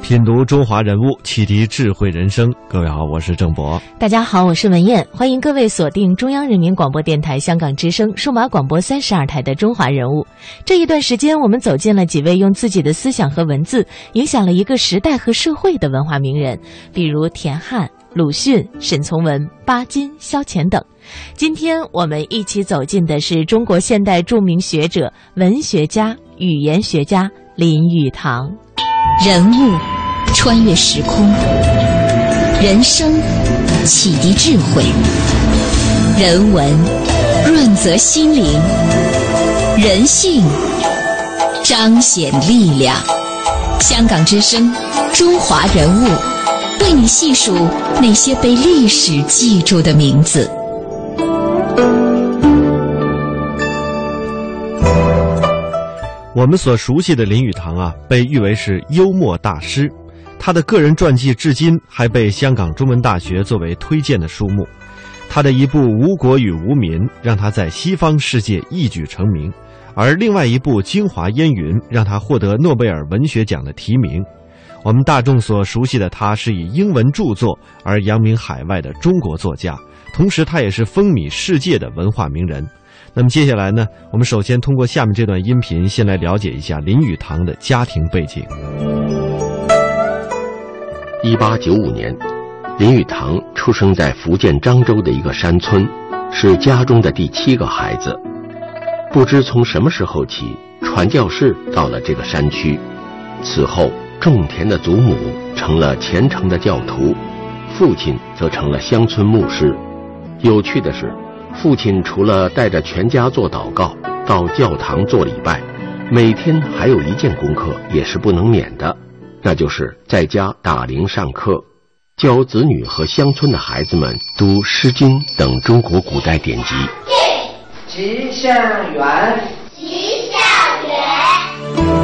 品读中华人物，启迪智慧人生。各位好，我是郑博。 大家好，我是文燕。欢迎各位锁定中央人民广播电台香港之声数码广播32台的中华人物。这一段时间，我们走进了几位用自己的思想和文字影响了一个时代和社会的文化名人，比如田汉、鲁迅、沈从文、巴金、萧乾等。今天我们一起走进的是中国现代著名学者、文学家、语言学家林语堂。 人物穿越时空，人生启迪智慧，人文润泽心灵，人性彰显力量。香港之声，中华人物，为你细数那些被历史记住的名字。 我们所熟悉的林语堂啊，被誉为是幽默大师。他的个人传记至今还被香港中文大学作为推荐的书目。他的一部《吴国与吴民》让他在西方世界一举成名，而另外一部《京华烟云》让他获得诺贝尔文学奖的提名。我们大众所熟悉的他是以英文著作而扬名海外的中国作家，同时他也是风靡世界的文化名人。那么接下来呢，我们首先通过下面这段音频，先来了解一下林语堂的家庭背景。 1895年，林语堂出生在福建漳州的一个山村，是家中的第7个孩子。不知从什么时候起，传教士到了这个山区，此后种田的祖母成了虔诚的教徒，父亲则成了乡村牧师。有趣的是，父亲除了带着全家做祷告，到教堂做礼拜，每天还有一件功课也是不能免的，那就是在家打铃上课，教子女和乡村的孩子们读《诗经》等中国古代典籍。 吉祥园，吉祥园。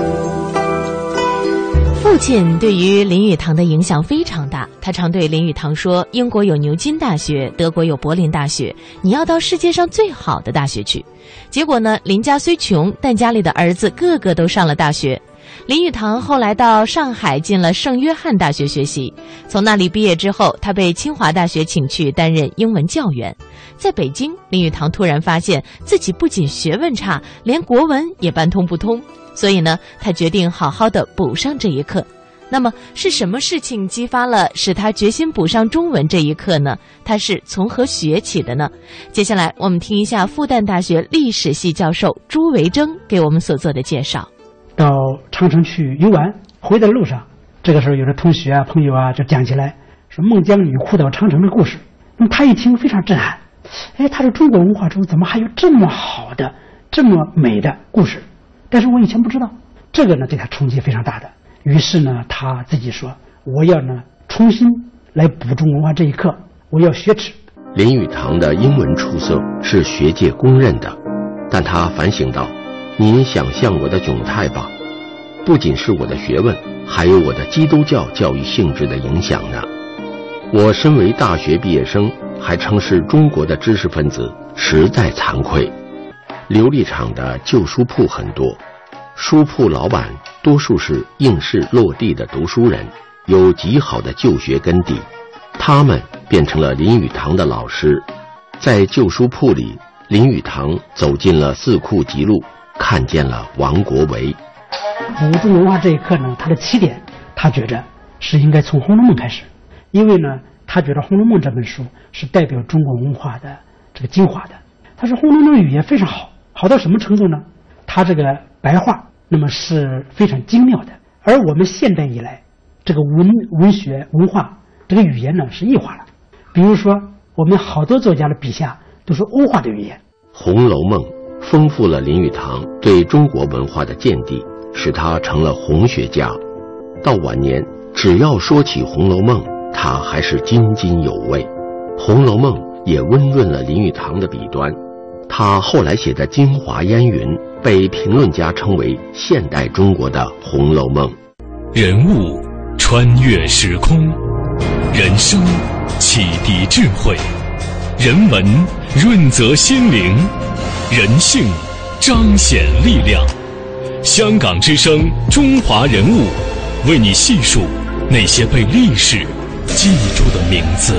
父亲对于林语堂的影响非常大，他常对林语堂说，英国有牛津大学，德国有柏林大学，你要到世界上最好的大学去。结果呢，林家虽穷，但家里的儿子个个都上了大学。林语堂后来到上海进了圣约翰大学学习，从那里毕业之后，他被清华大学请去担任英文教员。在北京，林语堂突然发现自己不仅学问差，连国文也半通不通，所以呢，他决定好好的补上这一课。那么是什么事情激发了使他决心补上中文这一课呢？他是从何学起的呢？接下来我们听一下复旦大学历史系教授朱维铮给我们所做的介绍。 到长城去游玩，回的路上，这个时候有的同学啊朋友啊就讲起来说孟姜女哭倒长城的故事。那么他一听非常震撼，他说中国文化中怎么还有这么好的这么美的故事，但是我以前不知道。这个呢对他冲击非常大的，于是呢他自己说，我要呢重新来补中国文化这一课，我要学耻。 林语堂的英文出色是学界公认的，但他反省道，您想象我的窘态吧，不仅是我的学问，还有我的基督教教育性质的影响呢。我身为大学毕业生，还称是中国的知识分子，实在惭愧。琉璃厂的旧书铺很多，书铺老板多数是应试落地的读书人，有极好的就学根底，他们变成了林语堂的老师。在旧书铺里，林语堂走进了四库集录，看见了王国维。 补中国文化这一课呢，它的起点他觉着是应该从《红楼梦》开始，因为呢他觉得《红楼梦》这本书是代表中国文化的这个精华的。他说《红楼梦》语言非常好，好到什么程度呢？他这个白话那么是非常精妙的，而我们现代以来这个文学文化这个语言呢是异化了。比如说我们好多作家的笔下都是欧化的语言。 《红楼梦》丰富了林语堂对中国文化的见地，使他成了红学家。到晚年，只要说起《红楼梦》，他还是津津有味。《红楼梦》也温润了林语堂的笔端。他后来写的《京华烟云》被评论家称为现代中国的《红楼梦》。 人物穿越时空，人生启迪智慧，人文润泽心灵，人性彰显力量。香港之声，中华人物， 为你细数那些被历史记住的名字。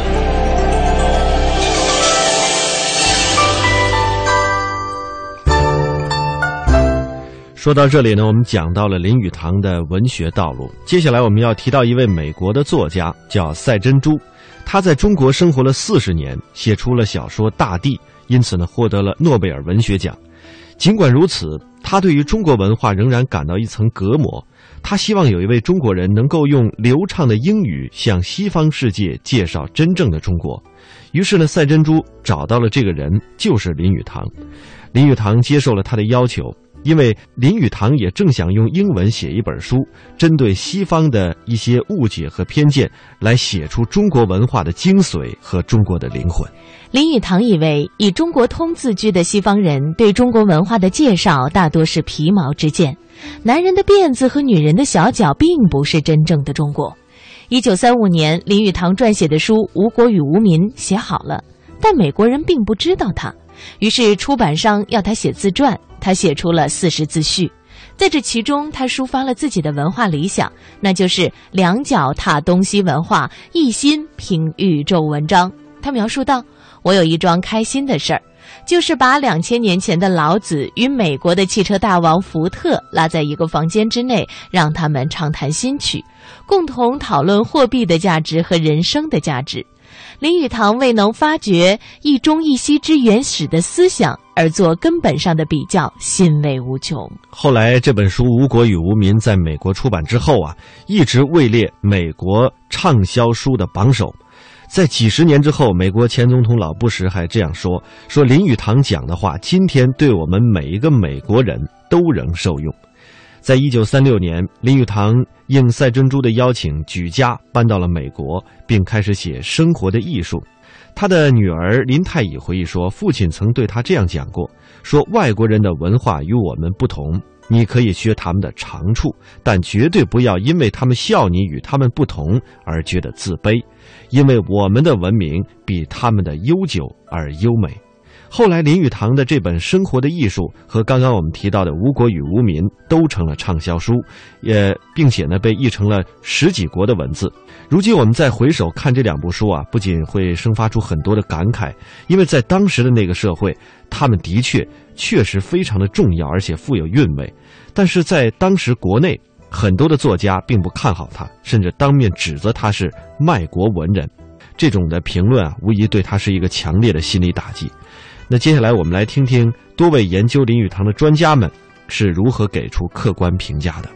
说到这里呢，我们讲到了林语堂的文学道路。接下来我们要提到一位美国的作家，叫赛珍珠。他在中国生活了40年，写出了小说《大地》，因此呢获得了诺贝尔文学奖。尽管如此，他对于中国文化仍然感到一层隔膜。他希望有一位中国人能够用流畅的英语向西方世界介绍真正的中国。于是呢，赛珍珠找到了这个人，就是林语堂。林语堂接受了他的要求，因为林语堂也正想用英文写一本书，针对西方的一些误解和偏见，来写出中国文化的精髓和中国的灵魂。 林语堂以为，以中国通自居的西方人对中国文化的介绍大多是皮毛之见，男人的辫子和女人的小脚并不是真正的中国。1935年，林语堂撰写的书《吴国与吴民》写好了，但美国人并不知道他，于是出版商要他写自传，他写出了40自序。在这其中，他抒发了自己的文化理想，那就是两脚踏东西文化，一心拼宇宙文章。他描述道，我有一桩开心的事儿，就是把2000年前的老子与美国的汽车大王福特拉在一个房间之内，让他们畅谈新曲，共同讨论货币的价值和人生的价值。林语堂未能发掘一中一西之原始的思想，而做根本上的比较，欣慰无穷。 后来这本书《吴国与吴民》在美国出版之后啊，一直位列美国畅销书的榜首。在几十年之后，美国前总统老布什还这样说林语堂讲的话，今天对我们每一个美国人都仍受用。在1936年，林语堂应赛珍珠的邀请举家搬到了美国，并开始写生活的艺术。他的女儿林太乙回忆说，父亲曾对他这样讲过，说外国人的文化与我们不同，你可以学他们的长处，但绝对不要因为他们笑你与他们不同而觉得自卑，因为我们的文明比他们的悠久而优美。后来林语堂的这本《生活的艺术》和刚刚我们提到的《吴国与吴民》都成了畅销书，并且呢被译成了10几国的文字。如今我们再回首看这两部书啊，不仅会生发出很多的感慨，因为在当时的那个社会，他们的确实非常的重要，而且富有韵味。但是在当时国内，很多的作家并不看好他，甚至当面指责他是卖国文人。这种的评论啊，无疑对他是一个强烈的心理打击。那接下来我们来听听多位研究林语堂的专家们是如何给出客观评价的。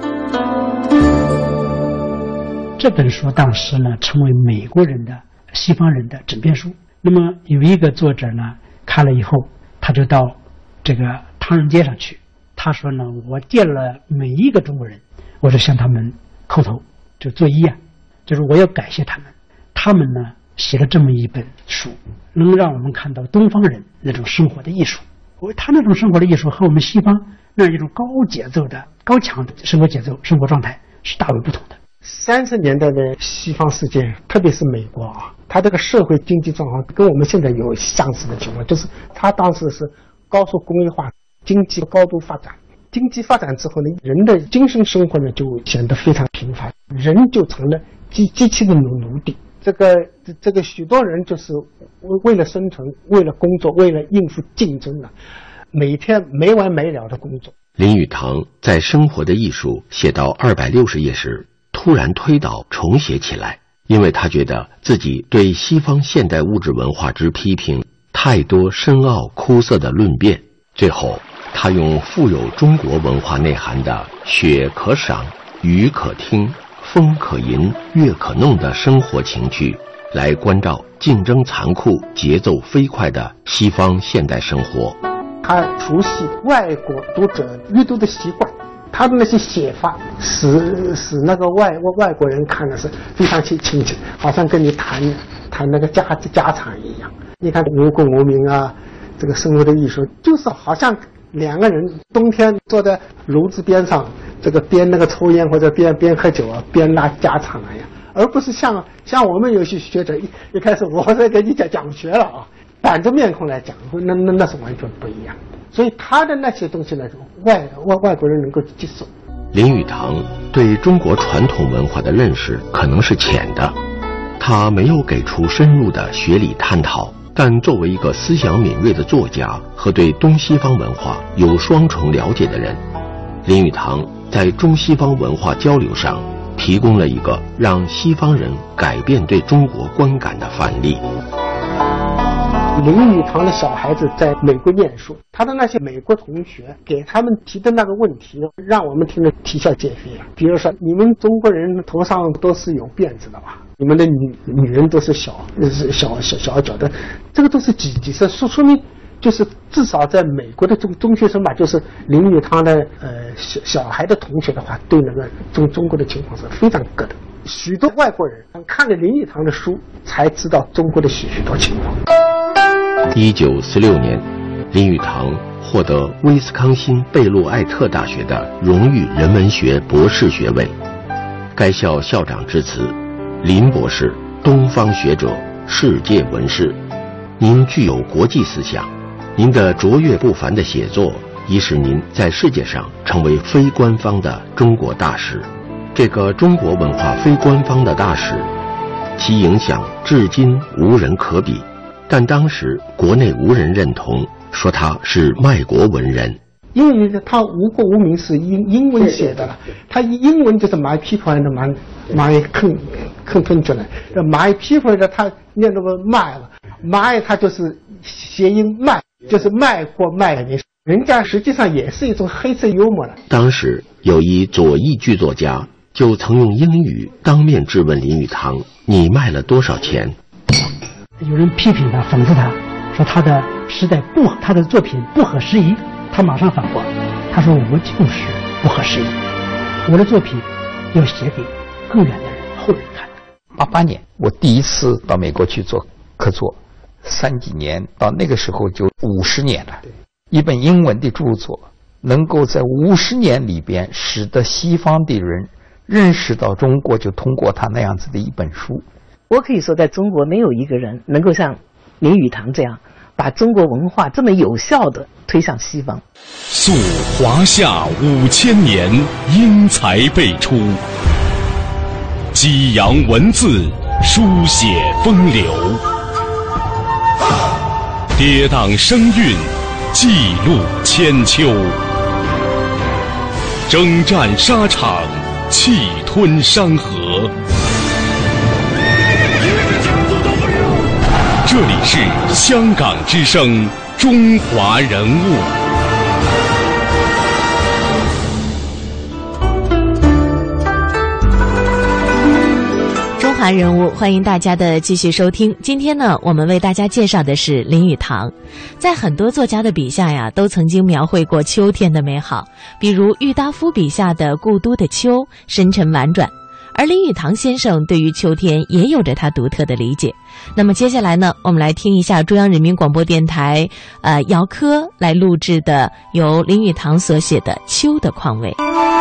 这本书当时呢成为美国人的西方人的枕边书。那么有一个作者呢看了以后，他就到这个唐人街上去，他说呢，我见了每一个中国人，我就向他们叩头，就作揖啊，就是我要感谢他们，他们呢写了这么一本书，能让我们看到东方人那种生活的艺术。他那种生活的艺术和我们西方那一种高节奏的高强的生活节奏生活状态是大为不同的。 30年代的西方世界，特别是美国啊，它这个社会经济状况跟我们现在有相似的情况，就是它当时是高速工业化，经济高度发展，经济发展之后呢，人的精神生活呢就显得非常平凡，人就成了机器的奴隶。这个许多人就是为了生存，为了工作，为了应付竞争了，每天没完没了的工作。 林语堂在《生活的艺术》写到260页时，突然推倒重写起来，因为他觉得自己对西方现代物质文化之批评太多深奥枯涩的论辩。最后，他用富有中国文化内涵的雪可赏、雨可听、风可吟、乐可弄的生活情趣，来关照竞争残酷、节奏飞快的西方现代生活。 他熟悉外国读者阅读的习惯，他的那些写法使那个外国人看的是非常亲切，好像跟你谈那个家常一样。你看吴国无名啊，这个生活的艺术，就是好像两个人冬天坐在炉子边上，这个边那个抽烟或者边喝酒啊，边拉家常一样，而不是像我们有些学者一开始我在给你讲学了啊，板着面孔来讲，那是完全不一样。所以他的那些东西呢，外国人能够接受。 林语堂对中国传统文化的认识可能是浅的，他没有给出深入的学理探讨，但作为一个思想敏锐的作家和对东西方文化有双重了解的人，林语堂在中西方文化交流上提供了一个让西方人改变对中国观感的范例。 林语堂的小孩子在美国念书，他的那些美国同学给他们提的那个问题，让我们听了啼笑皆非啊。比如说，你们中国人头上都是有辫子的吧？你们的女人都是小脚的，这个都是几岁，说明就是至少在美国的中学生吧，就是林语堂的小孩的同学的话，对那个中国的情况是非常割的。许多外国人看了林语堂的书，才知道中国的许多情况。 1946年，林语堂获得威斯康星贝洛艾特大学的荣誉人文学博士学位。该校校长致辞：林博士，东方学者，世界文士，您具有国际思想，您的卓越不凡的写作已使您在世界上成为非官方的中国大使。这个中国文化非官方的大使，其影响至今无人可比，但当时国内无人认同，说他是卖国文人。 因为他无国无民是英文写的了，他英文就是 my people and my country， my people 的他念那个卖了 ，my 他就是谐音卖，就是卖货卖的，人家实际上也是一种黑色幽默了。 当时有一左翼剧作家就曾用英语当面质问林语堂：“你卖了多少钱？” 有人批评他，讽刺他，说他的时代他的作品不合时宜。他马上反驳，他说：“我就是不合时宜，我的作品要写给更远的人、后人看的。 ”88年，我第一次到美国去做客座，3几年到那个时候就50年了。一本英文的著作能够在50年里边使得西方的人认识到中国，就通过他那样子的一本书。 我可以说，在中国没有一个人能够像林语堂这样把中国文化这么有效地推向西方。 溯华夏5000年，英才辈出，激扬文字，书写风流，跌宕声韵，记录千秋，征战沙场，气吞山河。这里是香港之声，中华人物。 中华人物，欢迎大家的继续收听。今天呢，我们为大家介绍的是林语堂。在很多作家的笔下呀，都曾经描绘过秋天的美好，比如郁达夫笔下的《故都的秋》，深沉婉转。而林语堂先生对于秋天也有着他独特的理解。那么接下来呢，我们来听一下中央人民广播电台姚科来录制的由林语堂所写的《秋的况味》。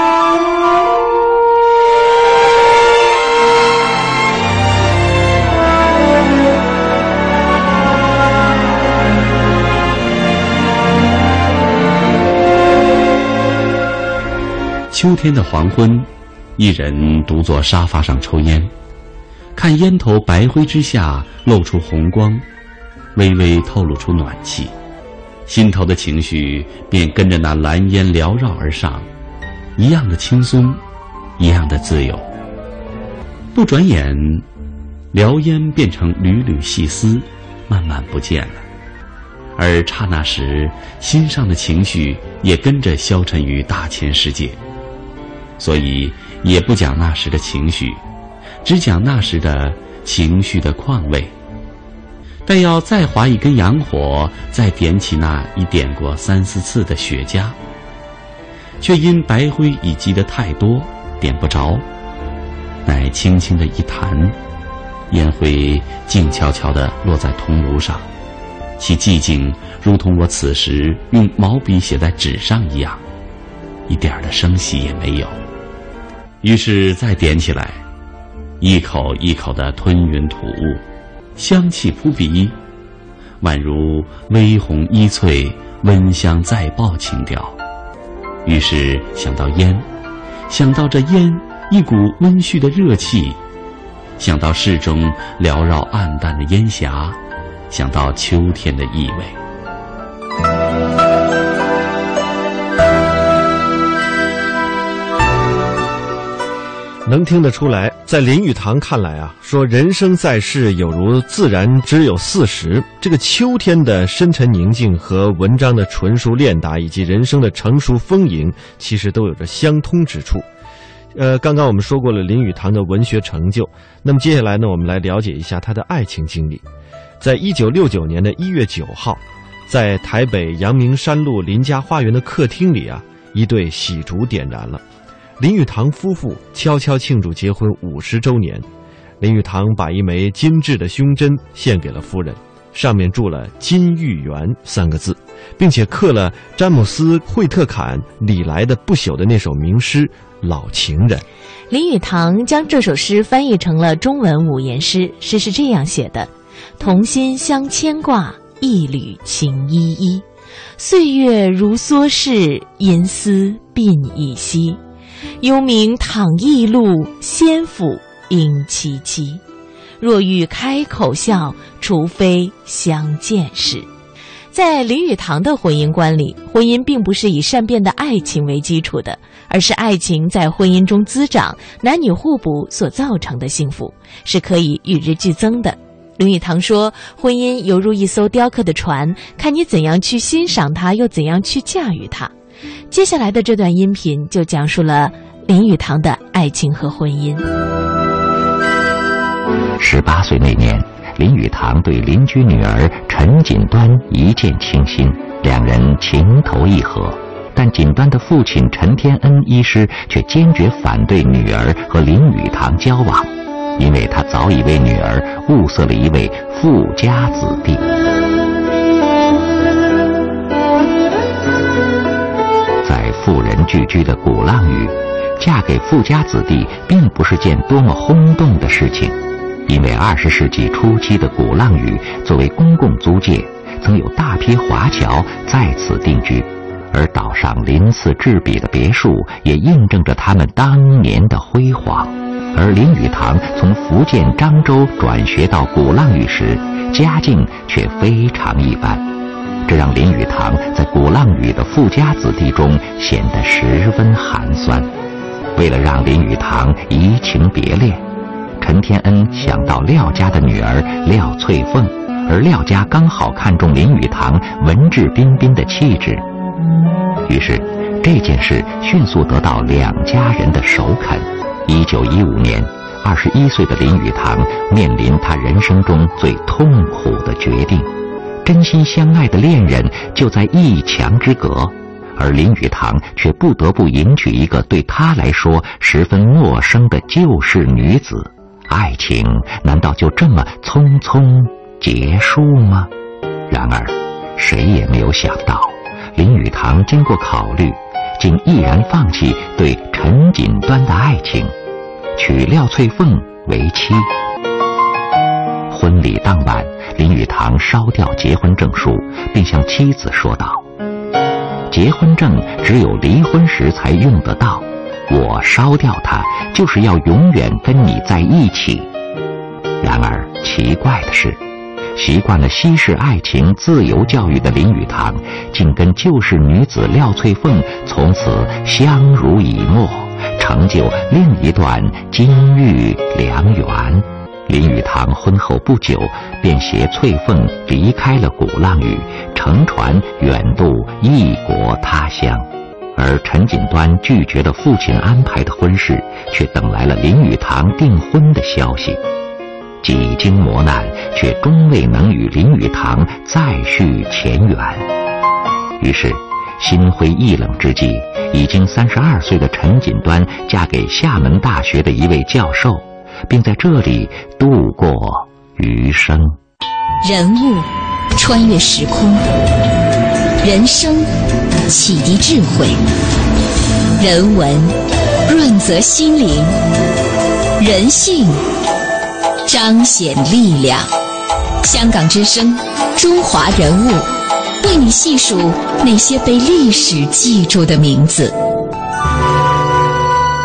秋天的黄昏，一人独坐沙发上抽烟，看烟头白灰之下露出红光，微微透露出暖气，心头的情绪便跟着那蓝烟缭绕而上，一样的轻松，一样的自由。不转眼，燎烟变成缕缕细丝，慢慢不见了，而刹那时心上的情绪也跟着消沉于大千世界。所以也不讲那时的情绪，只讲那时的情绪的况味。但要再划一根洋火，再点起那已点过3、4次的雪茄，却因白灰已积得太多，点不着，乃轻轻的一弹，烟灰静悄悄地落在铜炉上，其寂静如同我此时用毛笔写在纸上一样，一点的声息也没有。于是再点起来，一口一口地吞云吐雾，香气扑鼻，宛如微红衣翠，温香再报情调。于是想到烟， 想到这烟，一股温煦的热气；想到市中缭绕暗淡的烟霞，想到秋天的意味。 能听得出来，在林语堂看来啊，说人生在世有如自然只有40，这个秋天的深沉宁静和文章的纯熟练达，以及人生的成熟丰盈，其实都有着相通之处。刚刚我们说过了林语堂的文学成就，那么接下来呢，我们来了解一下他的爱情经历。在1969年的1月9号，在台北阳明山路林家花园的客厅里啊，一对喜烛点燃了。林语堂夫妇悄悄庆祝结婚50周年。林语堂把一枚精致的胸针献给了夫人，上面注了金玉缘3个字，并且刻了詹姆斯·惠特坎李来的不朽的那首名诗《老情人》。 林语堂将这首诗翻译成了中文5言诗，诗是这样写的：同心相牵挂，一缕情依依，岁月如梭逝，银丝鬓已稀。幽冥倘异路，仙府应凄凄。若欲开口笑，除非相见时。在林语堂的婚姻观里，婚姻并不是以善变的爱情为基础的，而是爱情在婚姻中滋长，男女互补所造成的幸福，是可以与日俱增的。林语堂说，婚姻犹如一艘雕刻的船，看你怎样去欣赏它，又怎样去驾驭它。接下来的这段音频就讲述了林语堂的爱情和婚姻。 18岁那年，林语堂对邻居女儿陈锦端一见倾心，两人情投意合。但锦端的父亲陈天恩医师却坚决反对女儿和林语堂交往，因为他早已为女儿物色了一位富家子弟。在富人聚居的鼓浪屿，嫁给富家子弟并不是件多么轰动的事情，因为20世纪初期的鼓浪屿作为公共租界，曾有大批华侨在此定居，而岛上鳞次栉比的别墅也印证着他们当年的辉煌。而林语堂从福建漳州转学到鼓浪屿时，家境却非常一般，这让林语堂在鼓浪屿的富家子弟中显得十分寒酸。为了让林语堂移情别恋，陈天恩想到廖家的女儿廖翠凤，而廖家刚好看中林语堂文质彬彬的气质，于是这件事迅速得到两家人的首肯。1915年，21岁的林语堂面临他人生中最痛苦的决定，真心相爱的恋人就在一墙之隔，而林语堂却不得不迎娶一个对他来说十分陌生的旧式女子。爱情难道就这么匆匆结束吗？然而谁也没有想到，林语堂经过考虑，竟毅然放弃对陈锦端的爱情，娶廖翠凤为妻。婚礼当晚，林语堂烧掉结婚证书，并向妻子说道：结婚证只有离婚时才用得到，我烧掉它就是要永远跟你在一起。然而奇怪的是，习惯了西式爱情自由教育的林语堂，竟跟旧式女子廖翠凤从此相濡以沫，成就另一段金玉良缘。林语堂婚后不久，便携翠凤离开了鼓浪屿，乘船远渡异国他乡。而陈锦端拒绝了父亲安排的婚事，却等来了林语堂订婚的消息。几经磨难，却终未能与林语堂再续前缘。于是心灰意冷之际，已经32岁的陈锦端嫁给厦门大学的一位教授，并在这里度过余生。 人物穿越时空，人生启迪智慧，人文润泽心灵，人性彰显力量。香港之声，中华人物，为你细数那些被历史记住的名字。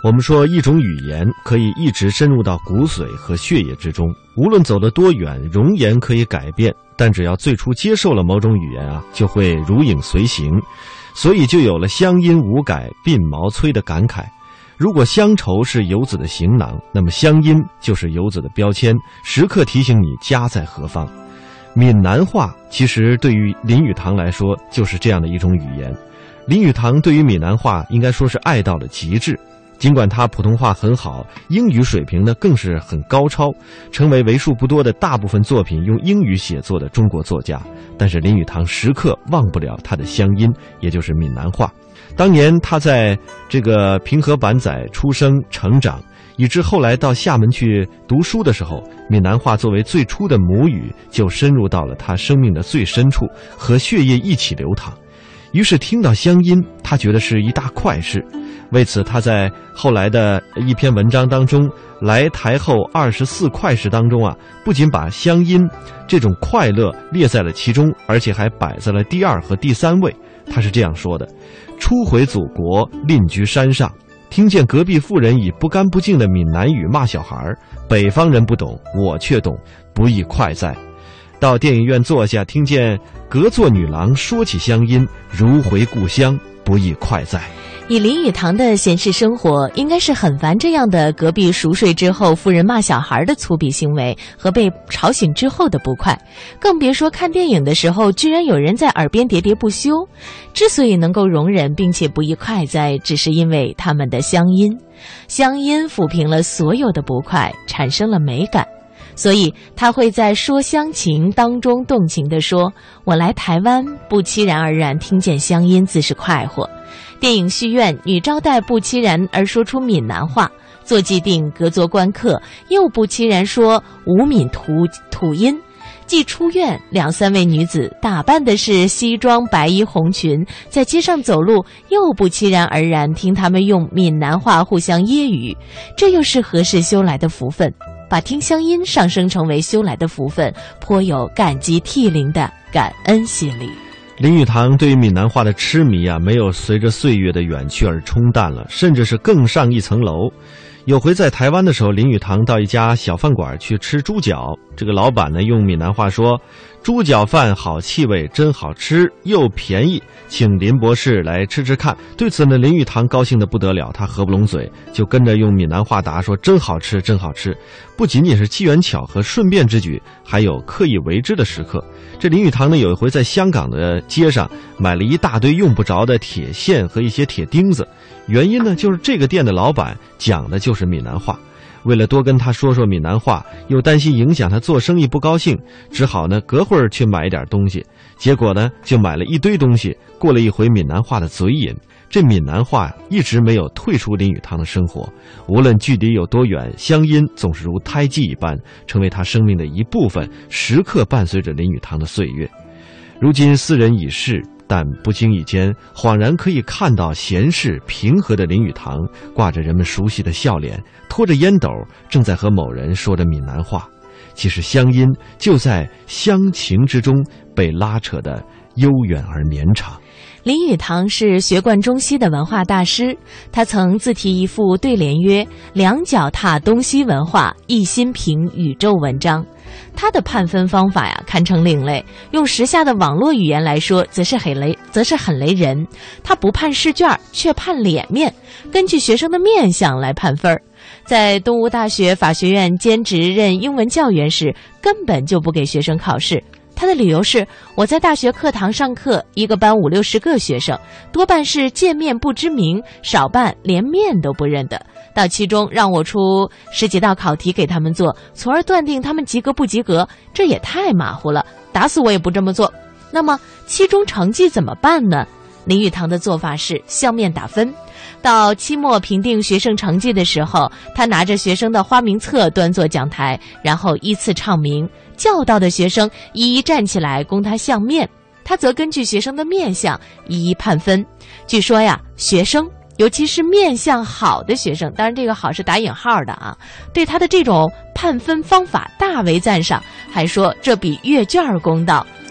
我们说一种语言可以一直深入到骨髓和血液之中，无论走得多远，容颜可以改变，但只要最初接受了某种语言啊，就会如影随形，所以就有了乡音无改鬓毛衰的感慨。如果乡愁是游子的行囊，那么乡音就是游子的标签，时刻提醒你家在何方。闽南话其实对于林语堂来说就是这样的一种语言。林语堂对于闽南话应该说是爱到了极致，尽管他普通话很好，英语水平呢更是很高超，成为为数不多的大部分作品用英语写作的中国作家，但是林语堂时刻忘不了他的乡音，也就是闽南话。当年他在这个平和板仔出生成长，以致后来到厦门去读书的时候，闽南话作为最初的母语就深入到了他生命的最深处，和血液一起流淌。于是听到乡音，他觉得是一大快事。为此他在后来的一篇文章当中，来台后24快事当中啊，不仅把乡音这种快乐列在了其中，而且还摆在了第2和第3位。他是这样说的：初回祖国，另居山上，听见隔壁妇人以不干不净的闽南语骂小孩，北方人不懂，我却懂，不亦快哉。到电影院坐下，听见隔座女郎说起乡音，如回故乡，不亦快哉。 以林语堂的闲适生活，应该是很烦这样的隔壁熟睡之后妇人骂小孩的粗鄙行为和被吵醒之后的不快，更别说看电影的时候居然有人在耳边喋喋不休。之所以能够容忍并且不亦快哉，只是因为他们的乡音，乡音抚平了所有的不快，产生了美感。所以他会在说乡情当中动情地说，我来台湾不期然而然听见乡音，自是快活。电影续院，女招待不期然而说出闽南话，做既定隔座观客又不期然说吴闽土音。既出院，2、3位女子打扮的是西装白衣红裙，在街上走路，又不期然而然听他们用闽南话互相揶揄，这又是何时修来的福分？把听乡音上升成为修来的福分，颇有感激涕零的感恩心理。 林语堂对于闽南话的痴迷啊，没有随着岁月的远去而冲淡了，甚至是更上一层楼。有回在台湾的时候，林语堂到一家小饭馆去吃猪脚，这个老板呢用闽南话说，猪脚饭好气味，真好吃又便宜，请林博士来吃吃看。对此呢，林语堂高兴得不得了，他合不拢嘴，就跟着用闽南话答说，真好吃真好吃。不仅仅是机缘巧合顺便之举，还有刻意为之的时刻。这林语堂呢有一回在香港的街上买了一大堆用不着的铁线和一些铁钉子，原因呢就是这个店的老板讲的就是闽南话。为了多跟他说说闽南话，又担心影响他做生意不高兴，只好呢隔会儿去买一点东西。结果呢就买了一堆东西，过了一回闽南话的嘴瘾。这闽南话一直没有退出林语堂的生活，无论距离有多远，乡音总是如胎记一般，成为他生命的一部分，时刻伴随着林语堂的岁月。如今斯人已逝，但不经意间恍然可以看到闲适平和的林语堂，挂着人们熟悉的笑脸，拖着烟斗，正在和某人说着闽南话。其实乡音就在乡情之中被拉扯得悠远而绵长。 林语堂是学贯中西的文化大师，他曾自题一副对联曰，两脚踏东西文化，一心评宇宙文章。他的判分方法呀，堪称另类。用时下的网络语言来说，则是很雷人。他不判试卷，却判脸面，根据学生的面相来判分。在东吴大学法学院兼职任英文教员时，根本就不给学生考试。他的理由是，我在大学课堂上课，一个班50、60个学生，多半是见面不知名，少半连面都不认得。到期中让我出10几道考题给他们做，从而断定他们及格不及格，这也太马虎了，打死我也不这么做。那么期中成绩怎么办呢？林语堂的做法是相面打分。到期末评定学生成绩的时候，他拿着学生的花名册端坐讲台，然后依次唱名，叫到的学生一一站起来供他相面，他则根据学生的面相一一判分。据说呀，学生尤其是面相好的学生，当然这个好是打引号的啊，对他的这种判分方法大为赞赏，还说这比阅卷公道。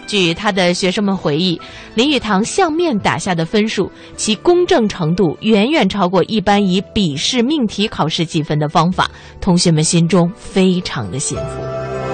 据他的学生们回忆，林语堂相面打下的分数，其公正程度远远超过一般以笔试命题考试计分的方法，同学们心中非常的信服。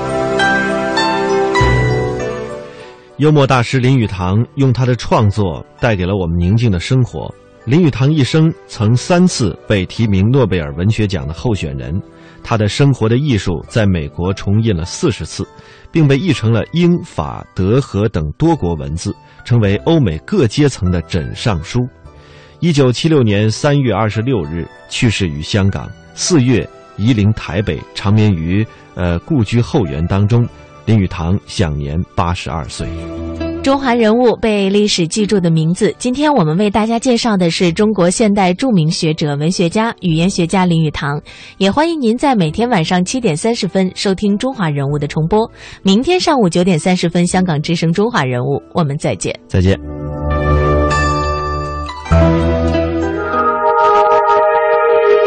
幽默大师林语堂用他的创作带给了我们宁静的生活。林语堂一生曾3次被提名诺贝尔文学奖的候选人，他的生活的艺术在美国重印了40次，并被译成了英、法、德、荷等多国文字，成为欧美各阶层的枕上书。1976年3月26日去世于香港，4月移灵台北，长眠于故居后园当中。林语堂享年82岁。 中华人物被历史记住的名字，今天我们为大家介绍的是中国现代著名学者、文学家、语言学家林语堂。也欢迎您在每天晚上7点30分收听中华人物的重播。明天上午9点30分，香港之声中华人物，我们再见。 再见。